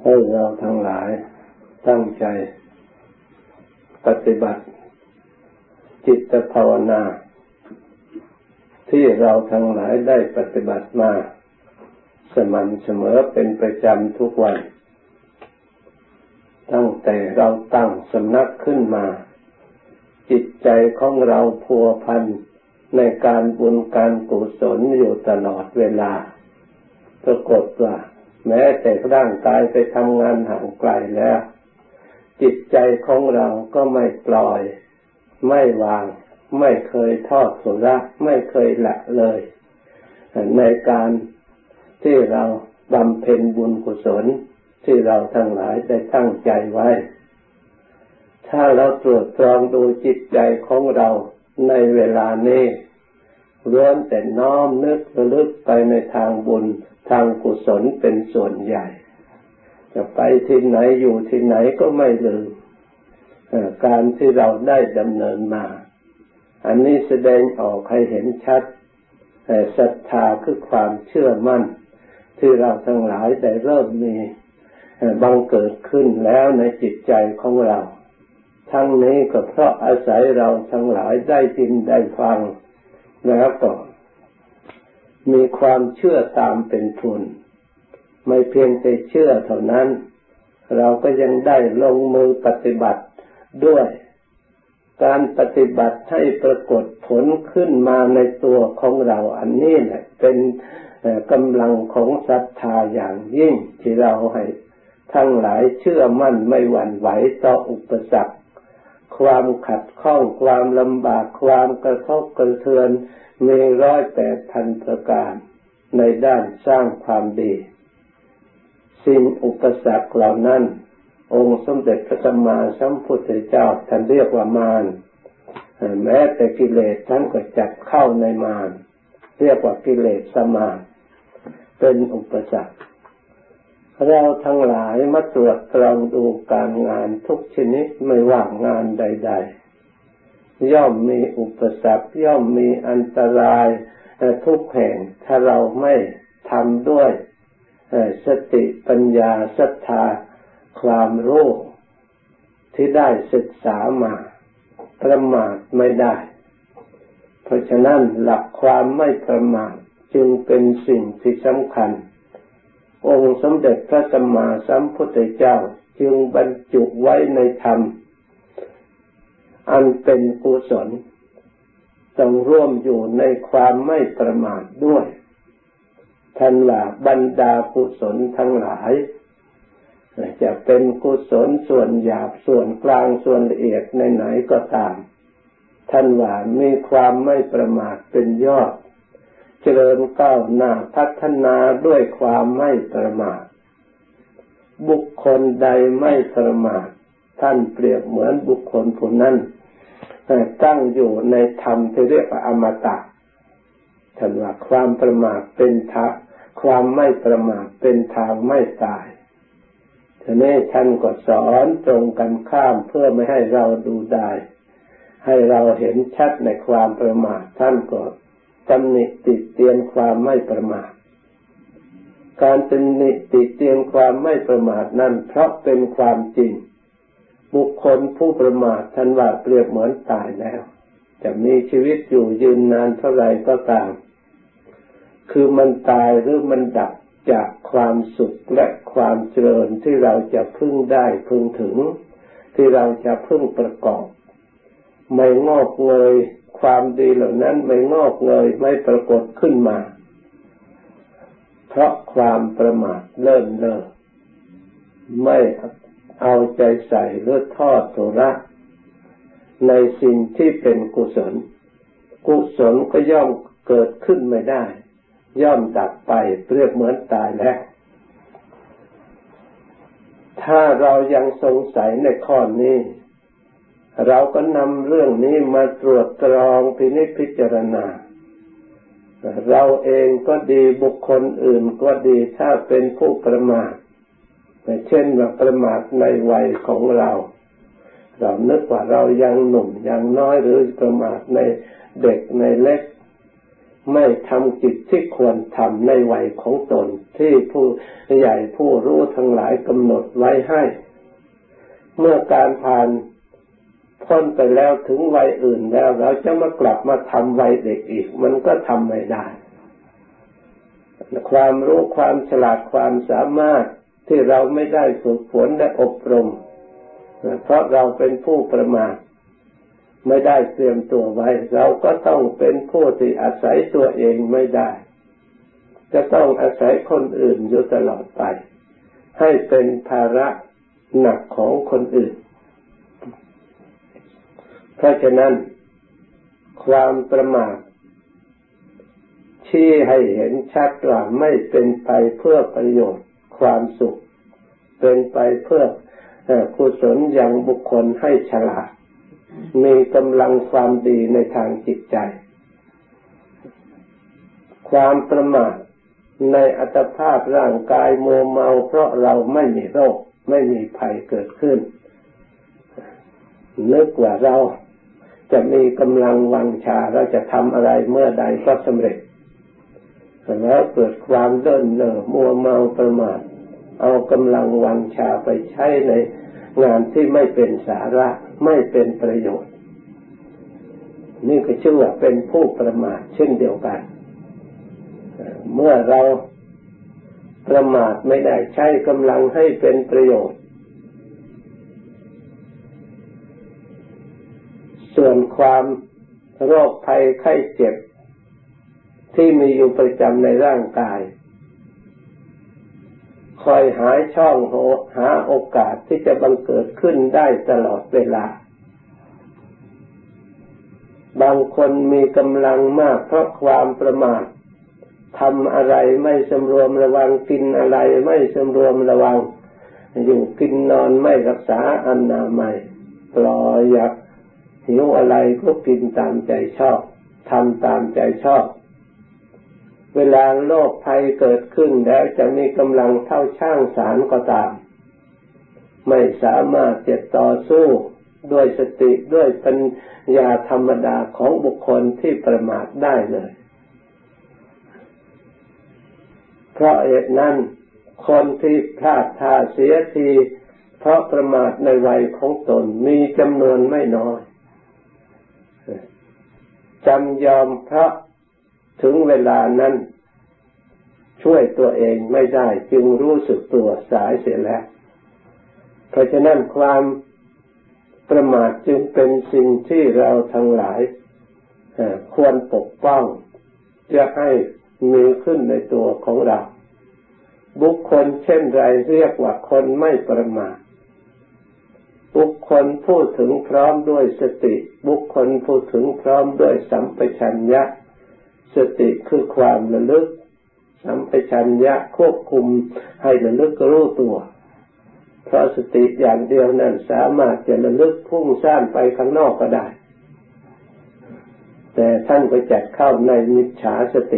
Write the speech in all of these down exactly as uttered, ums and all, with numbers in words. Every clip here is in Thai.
ให้เราทั้งหลายตั้งใจปฏิบัติจิตภาวนาที่เราทั้งหลายได้ปฏิบัติมาสม่ำเสมอเป็นประจำทุกวันตั้งแต่เราตั้งสำนักขึ้นมาจิตใจของเราพัวพันในการบุญการกุศลอยู่ตลอดเวลาปรากฏว่าแม้แต่ร่างกายไปทำงานห่างไกลแล้วจิตใจของเราก็ไม่ปล่อยไม่วางไม่เคยทอดสุระไม่เคยละเลยในการที่เราบำเพ็ญบุญกุศลที่เราทั้งหลายได้ตั้งใจไว้ถ้าเราตรวจตรองดูจิตใจของเราในเวลานี้ล้วนแต่น้อมนึกระลึกไปในทางบุญทางกุศลเป็นส่วนใหญ่จะไปที่ไหนอยู่ที่ไหนก็ไม่ลืมการที่เราได้ดำเนินมาอันนี้แสดงออกให้เห็นชัดศรัทธาคือความเชื่อมั่นที่เราทั้งหลายได้เริ่มมีบังเกิดขึ้นแล้วในจิตใจของเราทั้งนี้ก็เพราะอาศัยเราทั้งหลายได้ยินได้ฟังแล้วก็มีความเชื่อตามเป็นทุนไม่เพียงแต่เชื่อเท่านั้นเราก็ยังได้ลงมือปฏิบัติด้วยการปฏิบัติให้ปรากฏผลขึ้นมาในตัวของเราอันนี้แหละเป็นกำลังของศรัทธาอย่างยิ่งที่เราให้ทั้งหลายเชื่อมั่นไม่หวั่นไหวต่ออุปสรรคความขัดข้องความลำบากความกระทบกระเทือนมีร้อยแปดพันประการในด้านสร้างความดีสิ่งอุปสรรคเหล่านั้นองค์สมเด็จพระสัมมาสัมพุทธเจ้าท่านเรียกว่ามารแม้แต่กิเลสท่านก็จัดเข้าในมารเรียกว่ากิเลสมารเป็นอุปสรรคเราทั้งหลายมาตรวจตรองดูการงานทุกชนิดไม่ว่างานใดๆย่อมมีอุปสรรคย่อมมีอันตรายทุกแห่งถ้าเราไม่ทำด้วยสติปัญญาศรัทธาความรู้ที่ได้ศึกษามาประมาทไม่ได้เพราะฉะนั้นหลักความไม่ประมาทจึงเป็นสิ่งที่สำคัญองค์สมเด็จพระสัมมาสัมพุทธเจ้าจึงบรรจุไว้ในธรรมอันเป็นกุศลต้องร่วมอยู่ในความไม่ประมาทด้วยท่านว่าบรรดากุศลทั้งหลายจะเป็นกุศลส่วนหยาบส่วนกลางส่วนละเอียดในไหนก็ตามท่านว่ามีความไม่ประมาทเป็นยอดเจริญก้าวหน้าพัฒนาด้วยความไม่ประมาทบุคคลใดไม่ประมาทท่านเปรียบเหมือนบุคคลผู้นั้นตั้งอยู่ในธรรมที่เรียกว่าอมตะท่านว่าความประมาทเป็นทางความไม่ประมาทเป็นทางไม่ตายทีนี้ท่านก็สอนตรงกันข้ามเพื่อไม่ให้เราดูได้ให้เราเห็นชัดในความประมาทท่านก็ตำหนิติเตียนความไม่ประมาทการตำหนิติเตียนความไม่ประมาทนั้นเพราะเป็นความจริงบุคคลผู้ประมาทท่านว่าเปรียบเหมือนตายแล้วจะมีชีวิตอยู่ยืนนานเท่าไรก็ตามคือมันตายหรือมันดับจากความสุขและความเจริญที่เราจะพึงได้พึงถึงที่เราจะพึงประกอบไม่งอกเงยความดีเหล่านั้นไม่งอกเงยไม่ปรากฏขึ้นมาเพราะความประมาทเลิ่นเล่อไม่เอาใจใส่หรือทอดทุระในสิ่งที่เป็นกุศลกุศลก็ย่อมเกิดขึ้นไม่ได้ย่อมดับไปเปรียบเหมือนตายแล้วถ้าเรายังสงสัยในข้อนี้เราก็นำเรื่องนี้มาตรวจตรองพินิจพิจารณาเราเองก็ดีบุคคลอื่นก็ดีถ้าเป็นผู้ประมาทเช่นว่าประมาทในวัยของเราเรานึกว่าเรายังหนุ่มยังน้อยหรือประมาทในเด็กในเล็กไม่ทำกิจที่ควรทำในวัยของตนที่ผู้ใหญ่ผู้รู้ทั้งหลายกำหนดไว้ให้เมื่อการผ่านพ้นไปแล้วถึงวัยอื่นแล้วเราจะมากลับมาทำวัยเด็กอีกมันก็ทำไม่ได้ความรู้ความฉลาดความสามารถที่เราไม่ได้ฝึกฝนและอบรมเพราะเราเป็นผู้ประมาทไม่ได้เตรียมตัวไว้เราก็ต้องเป็นผู้ที่อาศัยตัวเองไม่ได้จะต้องอาศัยคนอื่นอยู่ตลอดไปให้เป็นภาระหนักของคนอื่นเพราะฉะนั้นความประมาทชี้ให้เห็นชัดว่าไม่เป็นไปเพื่อประโยชน์ความสุขเป็นไปเพื่อกุศลยังบุคคลให้ฉลาดมีกำลังความดีในทางจิตใจความประมาทในอัตภาพร่างกายมัวเมาเพราะเราไม่มีโรคไม่มีภัยเกิดขึ้นนึกว่าเราจะมีกำลังวังชาเราจะทำอะไรเมื่อใดก็สำเร็จแล้วเกิดความเลิ่นเล่อมัวเมาประมาทเอากำลังวังชาไปใช้ในงานที่ไม่เป็นสาระไม่เป็นประโยชน์นี่ก็ชื่อว่าเป็นผู้ประมาทเช่นเดียวกันเมื่อเราประมาทไม่ได้ใช้กำลังให้เป็นประโยชน์ส่วนความโรคภัยไข้เจ็บที่มีอยู่ประจำในร่างกายคอยหาช่องหาโอกาสที่จะบังเกิดขึ้นได้ตลอดเวลาบางคนมีกำลังมากเพราะความประมาททำอะไรไม่สำรวมระวังกินอะไรไม่สำรวมระวังอยู่กินนอนไม่รักษาอนามัยปล่อยอยากหิวอะไรก็กินตามใจชอบทำตามใจชอบเวลาโรคภัยเกิดขึ้นแล้วจะมีกำลังเท่าช่างสารก็ตามไม่สามารถจะต่อสู้ด้วยสติด้วยปัญญาธรรมดาของบุคคลที่ประมาทได้เลยเพราะเหตุนั้นคนที่พลาดท่าเสียทีเพราะประมาทในวัยของตนมีจำนวนไม่น้อยจำยอมเพราะถึงเวลานั้นช่วยตัวเองไม่ได้จึงรู้สึกตัวสายเสียแล้วเพราะฉะนั้นความประมาทจึงเป็นสิ่งที่เราทั้งหลายควรปกป้องจะให้มีขึ้นในตัวของเราบุคคลเช่นไรเรียกว่าคนไม่ประมาทบุคคลพูดถึงพร้อมด้วยสติบุคคลพูดถึงพร้อมด้วยสัมปชัญญะสติคือความระลึกสัมปชัญญะควบคุมให้ระลึกรู้ตัวเพราะสติอย่างเดียวนั้นสามารถจะระลึกพุ่งซ่านไปข้างนอกก็ได้แต่ท่านไปจัดเข้าในมิจฉาสติ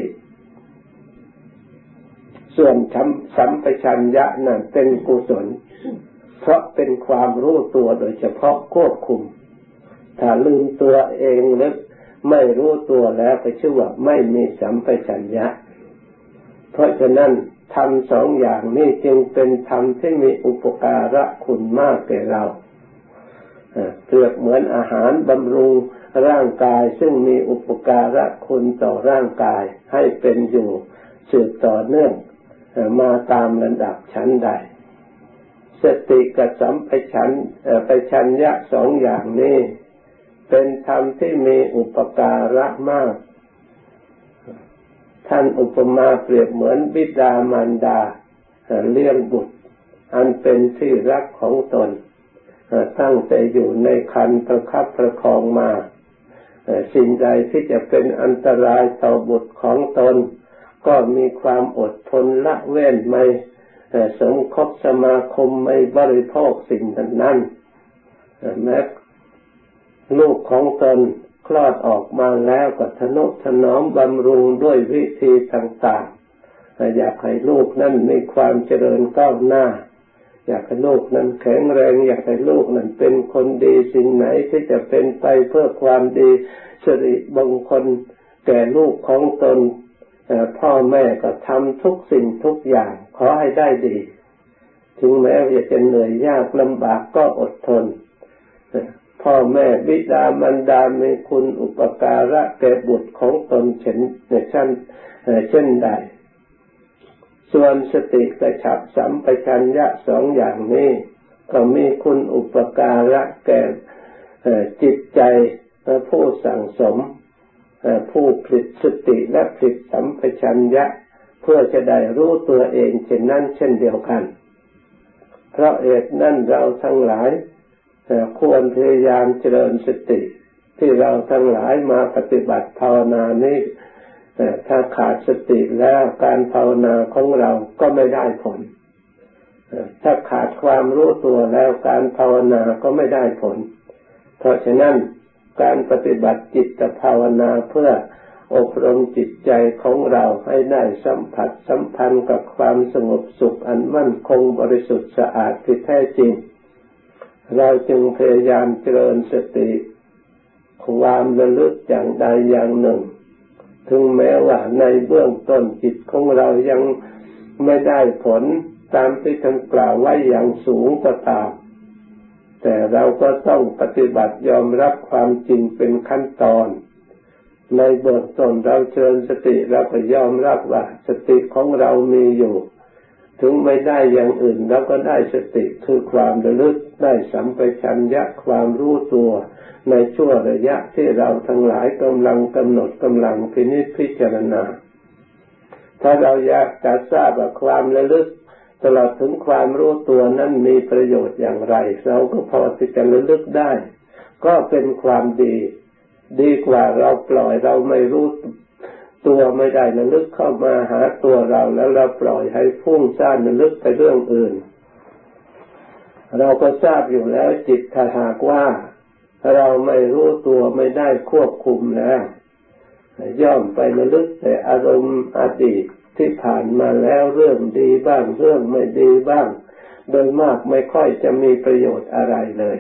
ส่วนสัมปชัญญะนั้นเป็นกุศลเพราะเป็นความรู้ตัวโดยเฉพาะควบคุมถ้าลืมตัวเองหรือไม่รู้ตัวแล้วก็ชื่อว่าไม่มีสัมปชัญญะเพราะฉะนั้นธรรมสองอย่างนี้จึงเป็นธรรมที่มีอุปการะคุณมากแก่เราเปรียบเหมือนอาหารบำรุงร่างกายซึ่งมีอุปการะคุณต่อร่างกายให้เป็นอยู่สืบต่อเนื่องมาตามลำดับชั้นใดสติกับสัมปชัญญะสองอย่างนี้เป็นธรรมที่มีอุปการะมากท่านอุปมาเปรียบเหมือนบิดามารดาเลี้ยงบุตรอันเป็นที่รักของตนตั้งแต่อยู่ในครรภ์ประคับประคองมาสิ่งใดที่จะเป็นอันตรายต่อบุตรของตนก็มีความอดทนละเว้นไม่สมคบสมาคมไม่บริโภคสิ่งนั้นแม้ลูกของตนคลอดออกมาแล้วก็ทนุถนอมบำรุงด้วยวิธีต่างๆอยากให้ลูกนั้นมีความเจริญก้าวหน้าอยากให้ลูกนั้นแข็งแรงอยากให้ลูกนั้นเป็นคนดีสิ่งไหนที่จะเป็นไปเพื่อความดีสิริมงคลแก่ลูกของตนพ่อแม่ก็ทำทุกสิ่งทุกอย่างขอให้ได้ดีถึงแม้ว่าจะเหนื่อยยากลำบากก็อดทนพ่อแม่บิดามารดามีคุณอุปการะแก่บุตรของตนเช่นเช่นใดส่วนสติกระฉับสัมปชัญญะสองอย่างนี้ก็มีคุณอุปการะแก่จิตใจผู้สั่งสมผู้ผลิตสติและผลิตสัมปชัญญะเพื่อจะได้รู้ตัวเองเช่นนั้นเช่นเดียวกันเพราะเหตุนั้นเราทั้งหลายควรพยายามเจริญสติที่เราทั้งหลายมาปฏิบัติภาวนานี้ถ้าขาดสติแล้วการภาวนาของเราก็ไม่ได้ผลถ้าขาดความรู้ตัวแล้วการภาวนาก็ไม่ได้ผลเพราะฉะนั้นการปฏิบัติจิตภาวนาเพื่ออบรมจิตใจของเราให้ได้สัมผัสสัมพันธ์กับความสงบสุขอันมั่นคงบริสุทธิ์สะอาดที่แท้จริงเราจึงพยายามเจริญสติความระลึกอย่างใดอย่างหนึ่งถึงแม้ว่าในเบื้องต้นจิตของเรายังไม่ได้ผลตามที่ท่านกล่าวไว้อย่างสูงก็ตามแต่เราก็ต้องปฏิบัติยอมรับความจริงเป็นขั้นตอนในเบื้องต้นเราเจริญสติเราก็ยอมรับว่าสติของเรามีอยู่ถึงไม่ได้อย่างอื่นเราก็ได้สติคือความระลึกได้สัมปชัญญะความรู้ตัวในช่วงระยะที่เราทั้งหลายกำลังกำหนดกำลังพินิจพิจารณาถ้าเราอยากจะทราบว่าความระลึกตลอดถึงความรู้ตัวนั้นมีประโยชน์อย่างไรเราก็พอที่จะระลึกได้ก็เป็นความดีดีกว่าเราปล่อยเราไม่รู้ตัวไม่ได้ระลึกเข้ามาหาตัวเราแล้วเราปล่อยให้ฟุ้งซ่านระลึกไปเรื่องอื่นเราก็ทราบอยู่แล้วจิตถ้าหากว่าเราไม่รู้ตัวไม่ได้ควบคุมแล้วย่อมไประลึกแต่อารมณ์อดีตที่ผ่านมาแล้วเรื่องดีบ้างเรื่องไม่ดีบ้างโดยมากไม่ค่อยจะมีประโยชน์อะไรเลย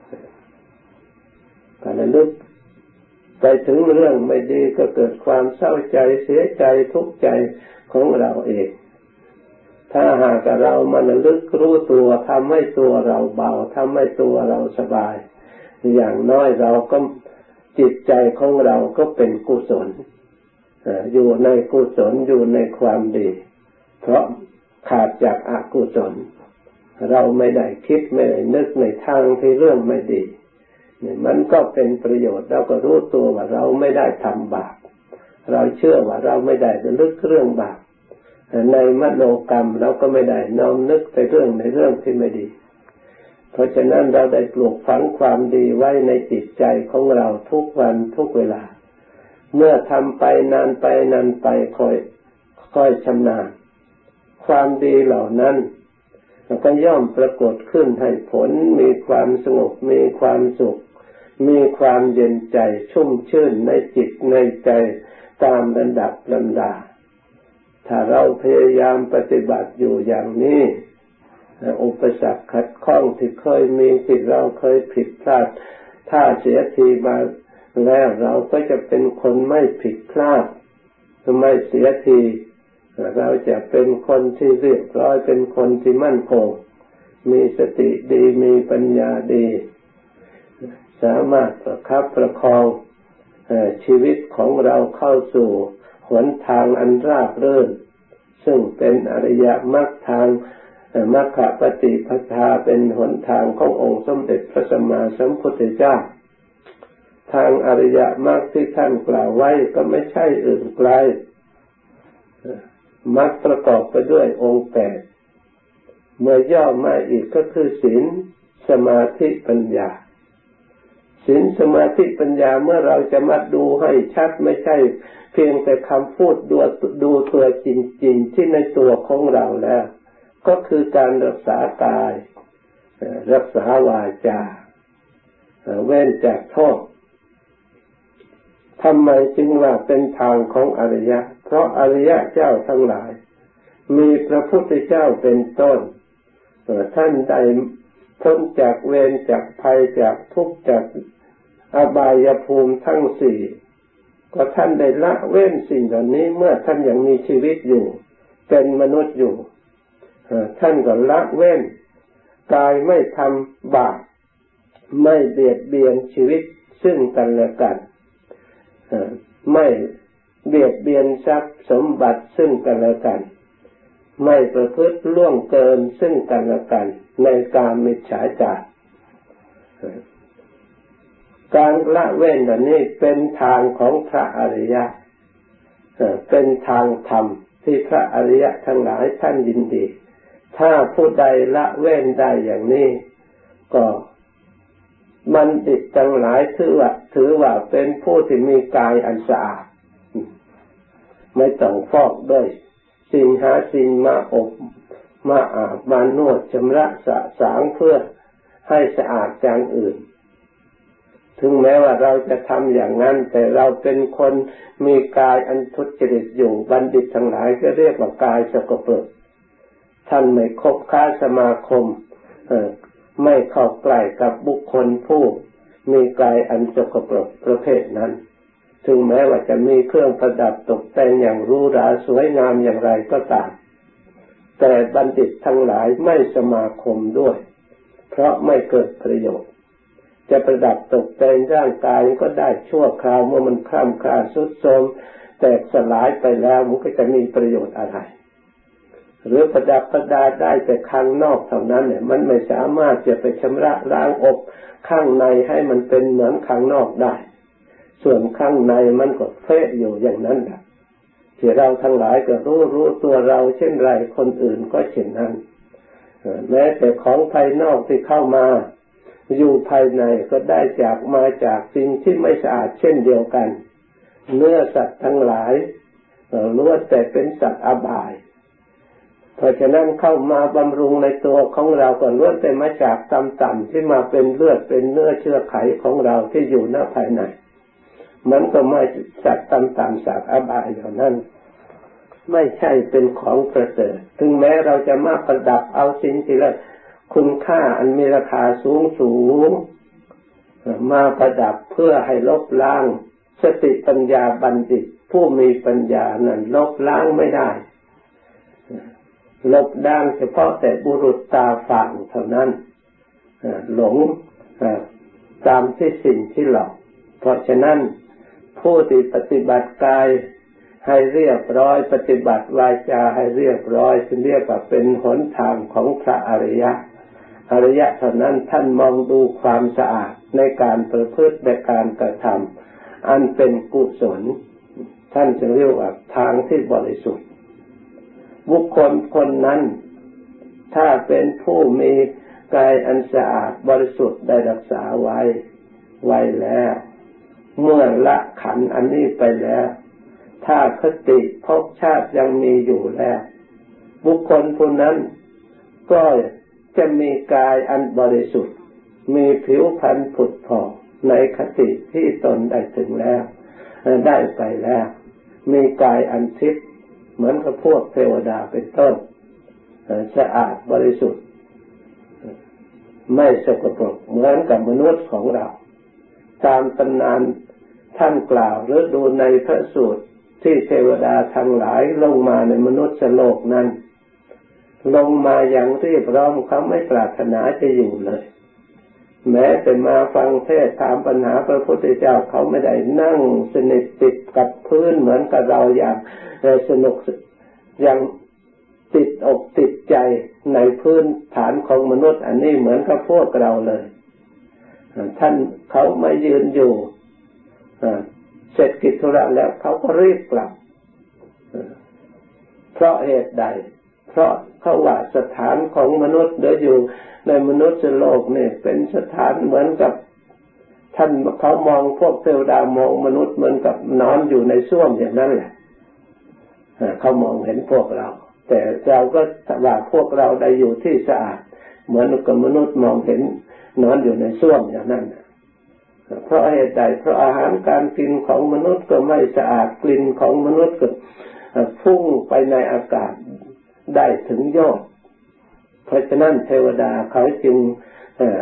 การระลึกไปถึงเรื่องไม่ดีก็เกิดความเศร้าใจเสียใจทุกข์ใจของเราเองถ้าหากเรามาระลึกรู้ตัวทำให้ตัวเราเบาทำให้ตัวเราสบายอย่างน้อยเราก็จิตใจของเราก็เป็นกุศลอยู่ในกุศลอยู่ในความดีเพราะขาดจากอกุศลเราไม่ได้คิดไม่ได้นึกในทางที่เรื่องไม่ดีนี่มันก็เป็นประโยชน์เราก็รู้ตัวว่าเราไม่ได้ทำบาปเราเชื่อว่าเราไม่ได้ระลึกเรื่องบาปในมโนกรรมเราก็ไม่ได้น้อมนึกไปเรื่องในเรื่องที่ไม่ดีเพราะฉะนั้นเราได้ปลูกฝังความดีไว้ในจิตใจของเราทุกวันทุกเวลาเมื่อทำไปนานไปนานไปค่อยค่อยชำนาญความดีเหล่านั้นก็ย่อมปรากฏขึ้นให้ผลมีความสงบมีความสุขมีความเย็นใจชุ่มชื่นในจิตในใจตามลำดับลำดาถ้าเราพยายามปฏิบัติอยู่อย่างนี้อุปสรรคขัดข้องที่เคยมีที่เราเคยผิดพลาดถ้าเสียทีมาแล้วเราก็จะเป็นคนไม่ผิดพลาดไม่เสียทีเราจะเป็นคนที่เรียบร้อยเป็นคนที่มั่นคงมีสติดีมีปัญญาดีสามารถประคับประคองชีวิตของเราเข้าสู่หนทางอันราบรื่นซึ่งเป็นอริยมรรคทางมรรคปฏิปทาเป็นหนทางขององค์สมเด็จพระสัมมาสัมพุทธเจ้าทางอริยมรรคที่ท่านกล่าวไว้ก็ไม่ใช่อื่นไกลมรรคประกอบไปด้วยองค์แปดเมื่อย่อมาอีกก็คือศีลสมาธิปัญญาศีลสมาธิปัญญาเมื่อเราจะมาดูให้ชัดไม่ใช่เพียงแต่คำพูดดูดูตัวจริงๆที่ในตัวของเราแล้วก็คือการรักษากายรักษาวาจาเว้นจากโทษทำไมจึงว่าเป็นทางของอริยะเพราะอริยะเจ้าทั้งหลายมีพระพุทธเจ้าเป็นต้นท่านได้พ้นจากเวรจากภัยจากทุกข์จากอบายภูมิทั้งสี่ก็ท่านได้ละเว้นสิ่งเหล่านี้เมื่อท่านยังมีชีวิตอยู่เป็นมนุษย์อยู่ท่านก็ละเว้นกายไม่ทำบาปไม่เบียดเบียนชีวิตซึ่งกันและกันไม่เบียดเบียนทรัพย์สมบัติซึ่งกันและกันไม่ประพฤติล่วงเกินซึ่งกันและกันในกามมิจฉาจารการละเว้นอันนี้เป็นทางของพระอริยะเป็นทางธรรมที่พระอริยะทั้งหลายท่านยินดีถ้าผู้ใดละเว้นได้อย่างนี้ก็บัณฑิตทั้งหลายถือว่าถือว่าเป็นผู้ที่มีกายอันสะอาดไม่ต้องฟอกด้วยสิ่งหาสิ่งมาอบมาอาบมานวดชำระสะสางเพื่อให้สะอาดอย่างอื่นถึงแม้ว่าเราจะทำอย่างนั้นแต่เราเป็นคนมีกายอันทุจริตอยู่บัณฑิตทั้งหลายก็เรียกว่ากายสกปรกท่านไม่คบค้าสมาคมไม่เข้าใกล้กับบุคคลผู้มีกายอันสกปรกประเภทนั้นถึงแม้ว่าจะมีเครื่องประดับตกแต่งอย่างหรูหราสวยงามอย่างไรก็ตามแต่บัณฑิตทั้งหลายไม่สมาคมด้วยเพราะไม่เกิดประโยชน์จะประดับตกแต่งร่างกายก็ได้ชั่วคราวเมื่อมันคล่ำคลาทรุดโทรมแตกสลายไปแล้วมันก็จะมีประโยชน์อะไรหรือประดับประดาได้แต่ข้างนอกเท่านั้นเนี่ยมันไม่สามารถจะไปชำระล้างอบข้างในให้มันเป็นเหมือนข้างนอกได้ส่วนข้างในมันก็เฟะอยู่อย่างนั้นแหละที่เราทั้งหลายก็รู้รู้ตัวเราเช่นไรคนอื่นก็เช่นนั้นแม้แต่ของภายนอกที่เข้ามาอยู่ภายในก็ได้จากมาจากสิ่งที่ไม่สะอาดเช่นเดียวกันเนื้อสัตว์ทั้งหลายล้วนแต่เป็นสัตว์อบายเพราะฉะนั้นเข้ามาบำรุงในตัวของเราก็ล้วนแต่มาจากต่ำๆที่มาเป็นเลือดเป็นเนื้อเชื้อไขของเราที่อยู่ณภายในมันก็ไม่สัตว์ต่ำๆสัตว์อบายเหล่านั้นไม่ใช่เป็นของประเสริฐถึงแม้เราจะมาประดับเอาสิ่งที่ละคุณค่าอันมีราคาสูงสูงมาประดับเพื่อให้ลบล้างสติปัญญาบัณฑิตผู้มีปัญญานั้นลบล้างไม่ได้ลบล้างเฉพาะแต่บุรุษตาฝาดเท่านั้นหลงตามที่สิ่งที่หลอกเพราะฉะนั้นผู้ที่ปฏิบัติกายให้เรียบร้อยปฏิบัติวาจาให้เรียบร้อยจึงเรียกว่าเป็นหนทางของพระอริยะอริยะเท่านั้นท่านมองดูความสะอาดในการประพฤติในการกระทำอันเป็นกุศลท่านจึงเรียกว่าทางที่บริสุทธิ์บุคคลคนนั้นถ้าเป็นผู้มีกายอันสะอาดบริสุทธิ์ได้รักษาไว้ไว้แล้วเมื่อละขันธ์อันนี้ไปแล้วถ้าคติภพชาติยังมีอยู่แล้วบุคคลผู้นั้นก็จะมีกายอันบริสุทธิ์มีผิวพรรณผุดผ่องในคติที่ตนได้ถึงแล้วได้ไปแล้วมีกายอันทิพย์เหมือนกับพวกเทวดาเป็นต้นสะอาดบริสุทธิ์ไม่สกปรกเหมือนกับมนุษย์ของเราตามตำนานท่านกล่าวหรือดูในพระสูตรที่เทวดาทั้งหลายลงมาในมนุษย์โลกนั้นลงมาอย่างเรียบร้อยเขาไม่ปรารถนาจะอยู่เลยแม้แต่มาฟังเทศน์ถามปัญหาพระพุทธเจ้าเขาไม่ได้นั่งสนิทติดกับพื้นเหมือนกับเราอย่างสนุกอย่างติดอกติดใจในพื้นฐานของมนุษย์อันนี้เหมือนกับพวกเราเลยท่านเขามายืนอยู่เสร็จกิจธุระแล้วเขาก็รีบกลับเพราะเหตุใดเพราะเขาว่าสถานของมนุษย์เดี๋ยวอยู่ในมนุษย์โลกนี่เป็นสถานเหมือนกับท่านเขามองพวกเทวดามองมนุษย์เหมือนกับนอนอยู่ในส้วมอย่างนั้นแหละเขามองเห็นพวกเราแต่เราก็ว่าพวกเราได้อยู่ที่สะอาดเหมือนกับมนุษย์มองเห็นนอนอยู่ในส้วมอย่างนั้นเพราะเหตุใดเพราะอาหารการกินของมนุษย์ก็ไม่สะอาดกลิ่นของมนุษย์ก็พุ่งไปในอากาศได้ถึงยอดเพราะฉะนั้นเทวดาเขาจึง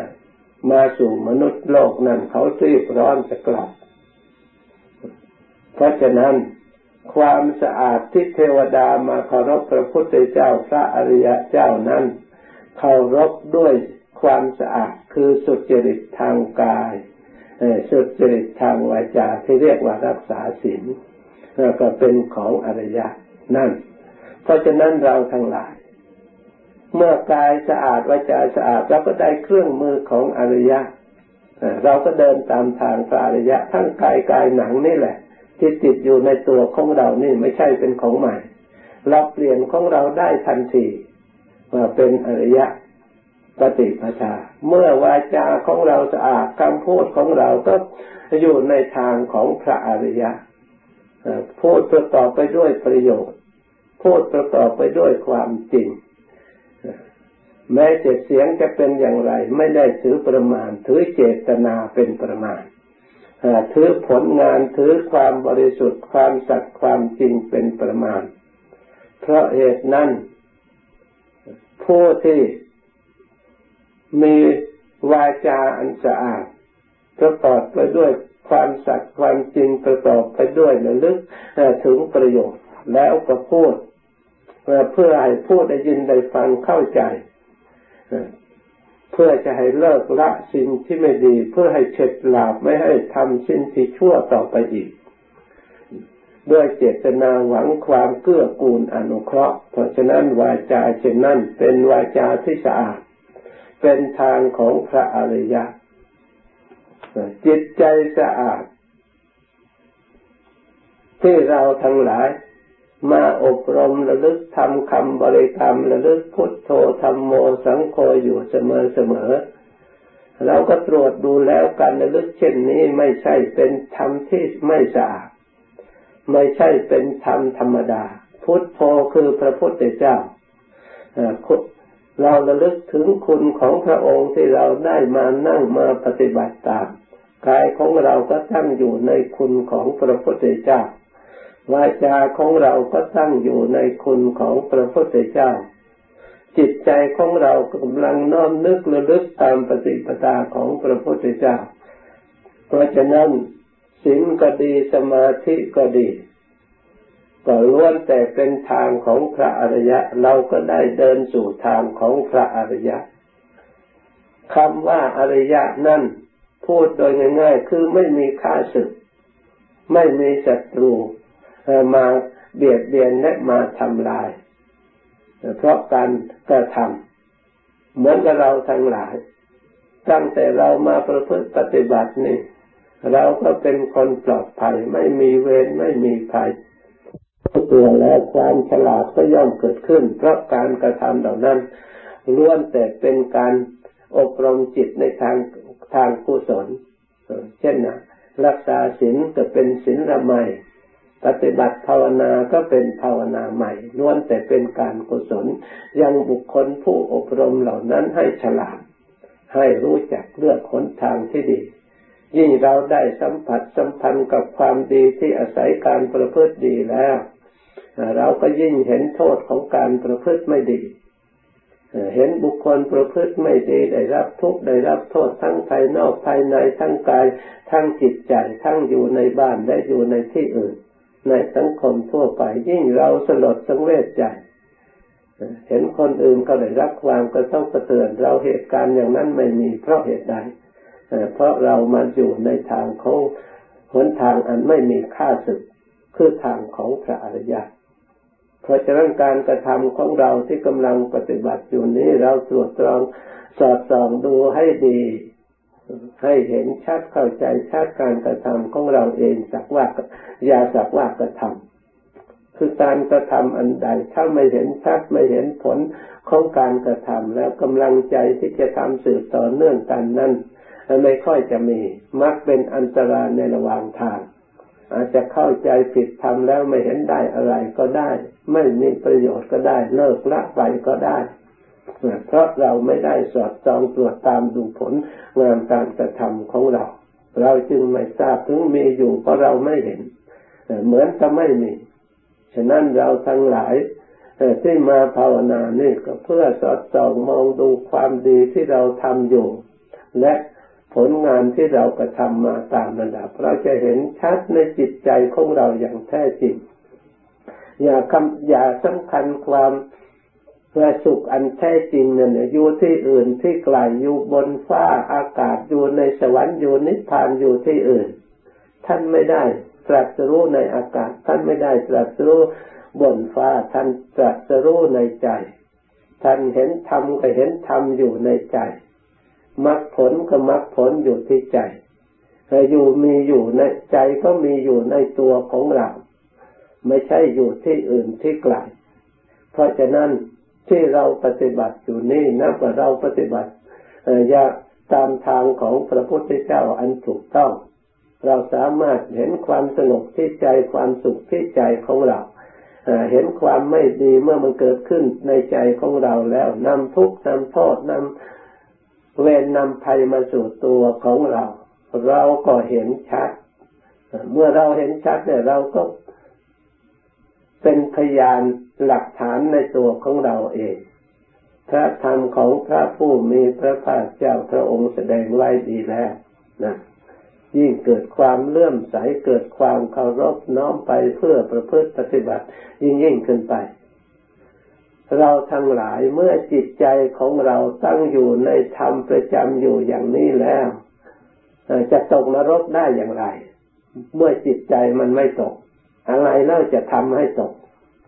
มาสู่มนุษย์โลกนั้นเขารีบร้อนจะกลับเพราะฉะนั้นความสะอาดที่เทวดามาเคารพพระพุทธเจ้าพระอริยเจ้านั้นเคารพด้วยความสะอาดคือสุจริตทางกายสุจริตทางวาจาที่เรียกว่ารักษาศีลก็เป็นของอริยะนั่นเพราะฉะนั้นเราทั้งหลายเมื่อกายสะอาดวาจาสะอาดเราก็ได้เครื่องมือของอริยะเราก็เดินตามทางพระอริยะทั้งกายกายหนังนี่แหละที่ติดอยู่ในตัวของเรานี่ไม่ใช่เป็นของใหม่เราเปลี่ยนของเราได้ทันทีว่าเป็นอริยะปฏิปทาเมื่อวาจาของเราสะอาดคำพูดของเราก็อยู่ในทางของพระอริยะพูดประกอบไปด้วยประโยชน์พูดประกอบไปด้วยความจริงแม้แต่เสียงจะเป็นอย่างไรไม่ได้ถือประมาณถือเจตนาเป็นประมาณถือผลงานถือความบริสุทธิ์ความสัตย์ความจริงเป็นประมาณเพราะเหตุนั้นผู้ที่มีวาจาอันสะอาดประกอบไปด้วยความสัตย์ความจริงประกอบไปด้วยระลึกถึงประโยชน์แล้วก็พูดเพื่อให้ผู้ได้ยินได้ฟังเข้าใจเพื่อจะให้เลิกละสิ่งที่ไม่ดีเพื่อให้เข็ดหลาบไม่ให้ทำสิ่งที่ชั่วต่อไปอีกด้วยเจตนาหวังความเกื้อกูลอนุเคราะห์เพราะฉะนั้นวาจาเช่นนั้นเป็นวาจาที่สะอาดเป็นทางของพระอริยะจิตใจสะอาดที่เราทั้งหลายมาอบรมระลึกทำคำบริกรรมระลึกพุทโธธัมโมสังโฆอยู่เสมอๆเราก็ตรวจดูแล้วการระลึกเช่นนี้ไม่ใช่เป็นธรรมที่ไม่สะอาดไม่ใช่เป็นธรรมธรรมดาพุทโธคือพระพุทธเจ้าเราระลึกถึงคุณของพระองค์ที่เราได้มานั่งมาปฏิบัติตามกายของเราก็ตั้งอยู่ในคุณของพระพุทธเจ้าวาจาของเราก็ตั้งอยู่ในคุณของพระพุทธเจ้าจิตใจของเรากำลังน้อมนึกระลึกตามปฏิปทาของพระพุทธเจ้าเพราะฉะนั้นศีลก็ดีสมาธิก็ดีก็ล้วนแต่เป็นทางของพระอริยะเราก็ได้เดินสู่ทางของพระอริยะคำว่าอริยะนั่นพูดโดยง่ายๆคือไม่มีข้าศึกไม่มีศัตรูมาเบียดเบียนและมาทำลายเพราะการกระทำเหมือนกับเราทั้งหลายตั้งแต่เรามาประพฤติปฏิบัตินี่เราก็เป็นคนปลอดภัยไม่มีเวรไม่มีภัยตัวแล้วความฉลาดก็ย่อมเกิดขึ้นเพราะการกระทำเหล่านั้นล้วนแต่เป็นการอบรมจิตในทางทางกุศลเช่นนะรักษาศีลก็เป็นศีลละไมปฏิบัติภาวนาก็เป็นภาวนาใหม่ล้วนแต่เป็นการกุศลยังบุคคลผู้อบรมเหล่านั้นให้ฉลาดให้รู้จักเลือกหนทางที่ดียิ่งเราได้สัมผัสสัมพันธ์กับความดีที่อาศัยการประพฤติดีแล้วเราก็ยิ่งเห็นโทษของการประพฤติไม่ดีเห็นบุคคลประพฤติไม่ดีได้รับทุกข์ได้รับโทษทั้งภายนอกภายในทั้งกายทั้งจิตใจทั้งอยู่ในบ้านและอยู่ในที่อื่นในสังคมทั่วไปยิ่งเราสลดสังเวชใจเห็นคนอื่นก็ได้รับความกระทบกระเทือนเราเหตุการณ์อย่างนั้นไม่มีเพราะเหตุใดเพราะเรามาอยู่ในทางของหนทางอันไม่มีข้าศึกคือทางของพระอริยะเพราะฉะนั้นการกระทำของเราที่กำลังปฏิบัติอยู่นี้เราตรวจตรองสอดส่องดูให้ดีให้เห็นชัดเข้าใจชัดการกระทำของเราเองสักว่าอย่าสักว่ากระทำคือการกระทำอันใดถ้าไม่เห็นชัดไม่เห็นผลของการกระทำแล้วกำลังใจที่จะทำสืบต่อเนื่องกันนั้นไม่ค่อยจะมีมักเป็นอันตรายในระหว่างทางอาจจะเข้าใจผิดทำแล้วไม่เห็นได้อะไรก็ได้ไม่มีประโยชน์ก็ได้เลิกละไปก็ได้เพราะเราไม่ได้สอดส่องตรวจตามดูผลงานการกระทำของเราเราจึงไม่ทราบถึงมีอยู่เพราะเราไม่เห็นเหมือนจะไม่มีฉะนั้นเราทั้งหลายที่มาภาวนานี่ก็เพื่อสอดส่องมองดูความดีที่เราทำอยู่และผลงานที่เรากระทำมาตามระดับเราจะเห็นชัดในจิตใจของเราอย่างแท้จริงอย่าคำอย่าสำคัญความประสุขอันแท้จริงนั่นอยู่ที่อื่นที่ไกลอยู่บนฟ้าอากาศอยู่ในสวรรค์อยู่นิพพานอยู่ที่อื่นท่านไม่ได้ตรัสรู้ในอากาศท่านไม่ได้ตรัสรู้บนฟ้าท่านตรัสรู้ในใจท่านเห็นธรรมก็เห็นธรรมอยู่ในใจมรรคผลก็มรรคผลอยู่ที่ใจอยู่มีอยู่ในใจก็มีอยู่ในตัวของเราไม่ใช่อยู่ที่อื่นที่ไกลเพราะฉะนั้นที่เราปฏิบัติอยู่นี่นับว่าเราปฏิบัติอย่างตามทางของพระพุทธเจ้าอันถูกต้องเราสามารถเห็นความสงบที่ใจความสุขที่ใจของเราเห็นความไม่ดีเมื่อมันเกิดขึ้นในใจของเราแล้วนำทุกข์นำโทษนำเวรนำภัยมาสู่ตัวของเราเราก็เห็นชัดเมื่อเราเห็นชัดเนี่ยเราก็เป็นพยานหลักฐานในตัวของเราเองพระธรรมของพระผู้มีพระภาคเจ้าพระองค์แสดงไว้ดีแล้วนะยิ่งเกิดความเลื่อมใสเกิดความเคารพน้อมไปเพื่อประพฤติปฏิบัติยิ่งยิ่งขึ้นไปเราทั้งหลายเมื่อจิตใจของเราตั้งอยู่ในธรรมประจำอยู่อย่างนี้แล้วจะตกนรกได้อย่างไรเมื่อจิตใจมันไม่ตกอะไรแล้วจะทำให้ตก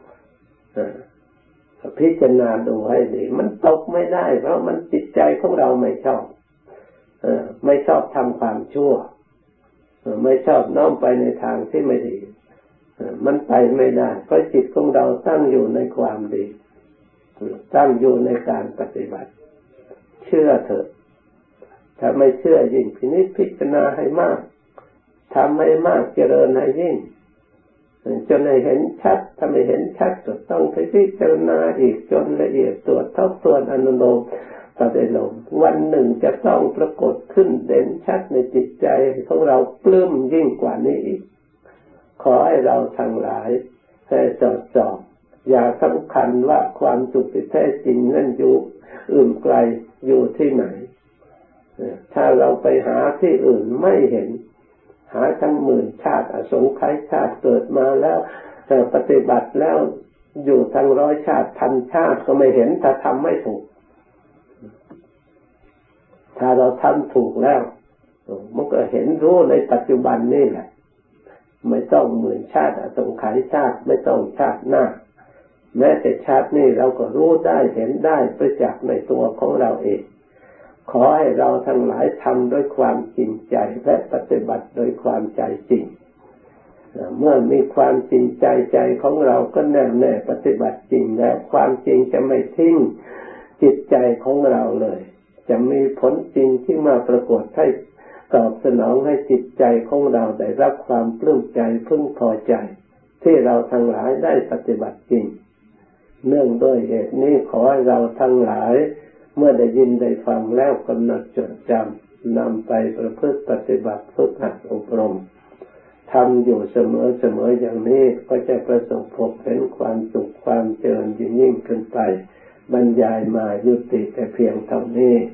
พิจารณาดูให้ดีมันตกไม่ได้เพราะมันจิตใจของเราไม่ชอบไม่ชอบทำความชั่วไม่ชอบน้อมไปในทางที่ไม่ดีมันไปไม่ได้เพราะจิตของเราตั้งอยู่ในความดีตั้งอยู่ในการปฏิบัติเชื่อเถอะถ้าไม่เชื่อยิ่งพินิจพิจารณาให้มากทำให้มากเจริญให้ยิ่งจนให้เห็นชัดถ้าไม่เห็นชัดก็ต้องไปพิจารณาอีกจนละเอียดตรวจทบทวนอนุโลมปฏิโลมวันหนึ่งจะต้องปรากฏขึ้นเด่นชัดในจิตใจของเราปลื้มยิ่งกว่านี้อีกขอให้เราทั้งหลายให้สอดส่องอย่าสำคัญว่าความสุขที่แท้จริงนั่นอยู่อื่นไกลอยู่ที่ไหนถ้าเราไปหาที่อื่นไม่เห็นหาทั้งหมื่นชาติอสงไขยชาติเกิดมาแล้วปฏิบัติแล้วอยู่ทั้งร้อยชาติพันชาติก็ไม่เห็นถ้าทำไม่ถูกถ้าเราทำถูกแล้วมันก็เห็นรู้ในปัจจุบันนี่แหละไม่ต้องหมื่นชาติอสงไขยชาติไม่ต้องชาติหน้าแม้แต่ชาตินี้เราก็รู้ได้เห็นได้ประจักษ์ในตัวของเราเองขอให้เราทั้งหลายทำด้วยความจริงใจและปฏิบัติโดยความใจจริงเมื่อมีความจริงใจใจของเราก็แน่วแน่ปฏิบัติจริงแล้วความจริงจะไม่ทิ้งจิตใจของเราเลยจะมีผลจริงที่มาปรากฏให้ตอบสนองให้จิตใจของเราได้รับความปลื้มใจพึงพอใจที่เราทั้งหลายได้ปฏิบัติจริงเนื่องด้วยเหตุนี้ขอให้เราทั้งหลายเมื่อได้ยินได้ฟังแล้วกำหนดจดจำนำไปประพฤติปฏิบัติฝึกหัดอบรมทำอยู่เสมอเสมออย่างนี้ก็จะประสบพบเห็นความสุขความเจริญยิ่งยิ่งขึ้นไปบรรยายมายุติแต่เพียงเท่านี้